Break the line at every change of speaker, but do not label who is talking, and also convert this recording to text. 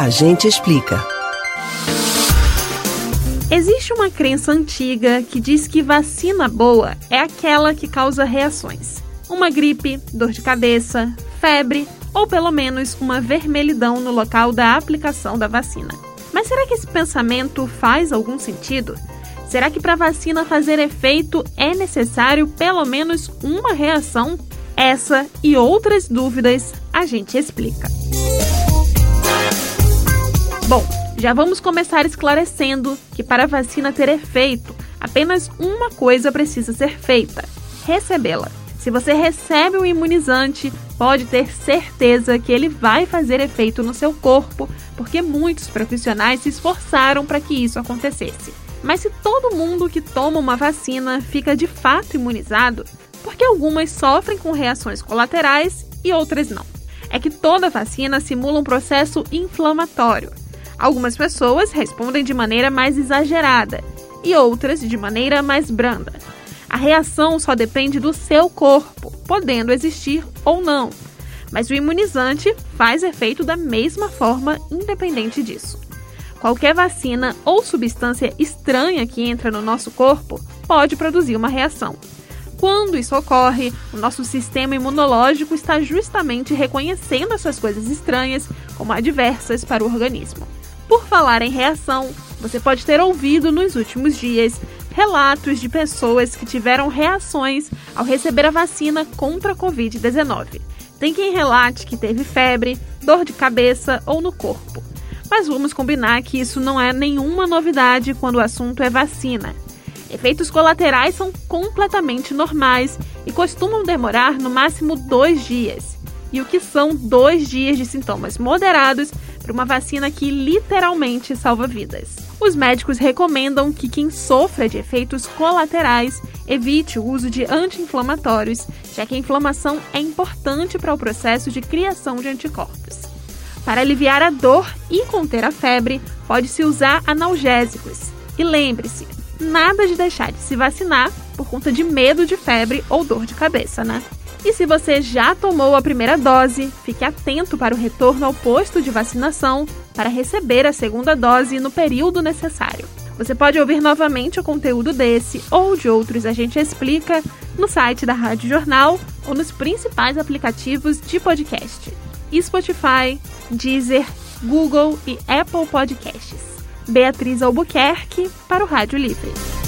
A gente explica.
Existe uma crença antiga que diz que vacina boa é aquela que causa reações. Uma gripe, dor de cabeça, febre ou pelo menos uma vermelhidão no local da aplicação da vacina. Mas será que esse pensamento faz algum sentido? Será que para a vacina fazer efeito é necessário pelo menos uma reação? Essa e outras dúvidas a gente explica. Bom, já vamos começar esclarecendo que para a vacina ter efeito, apenas uma coisa precisa ser feita: recebê-la. Se você recebe um imunizante, pode ter certeza que ele vai fazer efeito no seu corpo, porque muitos profissionais se esforçaram para que isso acontecesse. Mas se todo mundo que toma uma vacina fica de fato imunizado, por que algumas sofrem com reações colaterais e outras não? É que toda vacina simula um processo inflamatório. Algumas pessoas respondem de maneira mais exagerada e outras de maneira mais branda. A reação só depende do seu corpo, podendo existir ou não. Mas o imunizante faz efeito da mesma forma, independente disso. Qualquer vacina ou substância estranha que entra no nosso corpo pode produzir uma reação. Quando isso ocorre, o nosso sistema imunológico está justamente reconhecendo essas coisas estranhas como adversas para o organismo. Por falar em reação, você pode ter ouvido nos últimos dias relatos de pessoas que tiveram reações ao receber a vacina contra a Covid-19. Tem quem relate que teve febre, dor de cabeça ou no corpo. Mas vamos combinar que isso não é nenhuma novidade quando o assunto é vacina. Efeitos colaterais são completamente normais e costumam demorar no máximo 2 dias. E o que são 2 dias de sintomas moderados para uma vacina que literalmente salva vidas? Os médicos recomendam que quem sofra de efeitos colaterais evite o uso de anti-inflamatórios, já que a inflamação é importante para o processo de criação de anticorpos. Para aliviar a dor e conter a febre, pode-se usar analgésicos. E lembre-se, nada de deixar de se vacinar por conta de medo de febre ou dor de cabeça, né? E se você já tomou a primeira dose, fique atento para o retorno ao posto de vacinação para receber a segunda dose no período necessário. Você pode ouvir novamente o conteúdo desse ou de outros A Gente Explica no site da Rádio Jornal ou nos principais aplicativos de podcast: Spotify, Deezer, Google e Apple Podcasts. Beatriz Albuquerque para o Rádio Livre.